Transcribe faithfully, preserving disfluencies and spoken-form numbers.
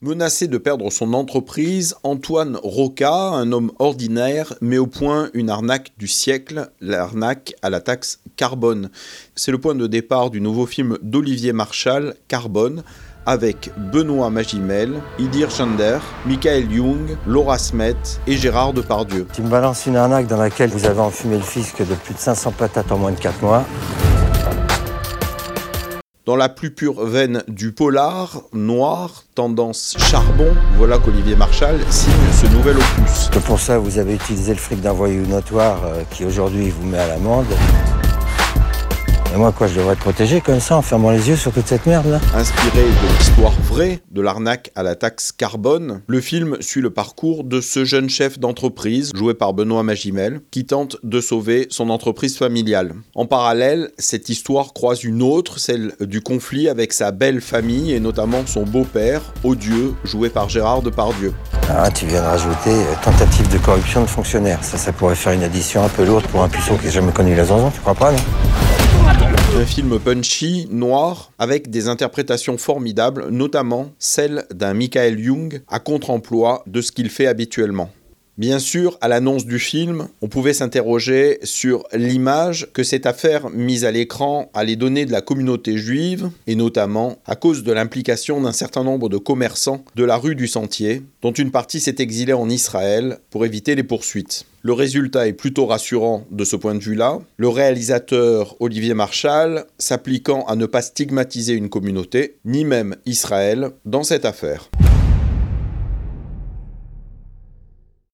Menacé de perdre son entreprise, Antoine Roca, un homme ordinaire, met au point une arnaque du siècle, l'arnaque à la taxe carbone. C'est le point de départ du nouveau film d'Olivier Marchal, Carbone, avec Benoît Magimel, Idir Chander, Michael Young, Laura Smet et Gérard Depardieu. Tu me balances une arnaque dans laquelle vous avez enfumé le fisc de plus de cinq cents patates en moins de quatre mois. Dans la plus pure veine du polar, noir, tendance charbon, voilà qu'Olivier Marchal signe ce nouvel opus. Que pour ça, vous avez utilisé le fric d'un voyou notoire euh, qui aujourd'hui vous met à l'amende. Et moi, quoi, je devrais être protégé comme ça en fermant les yeux sur toute cette merde-là. Inspiré de l'histoire vraie de l'arnaque à la taxe carbone, le film suit le parcours de ce jeune chef d'entreprise, joué par Benoît Magimel, qui tente de sauver son entreprise familiale. En parallèle, cette histoire croise une autre, celle du conflit avec sa belle famille et notamment son beau-père, odieux, joué par Gérard Depardieu. Ah, tu viens de rajouter euh, tentative de corruption de fonctionnaire. Ça, ça pourrait faire une addition un peu lourde pour un puceau qui n'a jamais connu la zonzon, tu crois pas, non ? Un film punchy, noir, avec des interprétations formidables, notamment celle d'un Michael Young à contre-emploi de ce qu'il fait habituellement. Bien sûr, à l'annonce du film, on pouvait s'interroger sur l'image que cette affaire mise à l'écran allait donner de la communauté juive, et notamment à cause de l'implication d'un certain nombre de commerçants de la rue du Sentier, dont une partie s'est exilée en Israël pour éviter les poursuites. Le résultat est plutôt rassurant de ce point de vue-là, le réalisateur Olivier Marchal s'appliquant à ne pas stigmatiser une communauté, ni même Israël, dans cette affaire.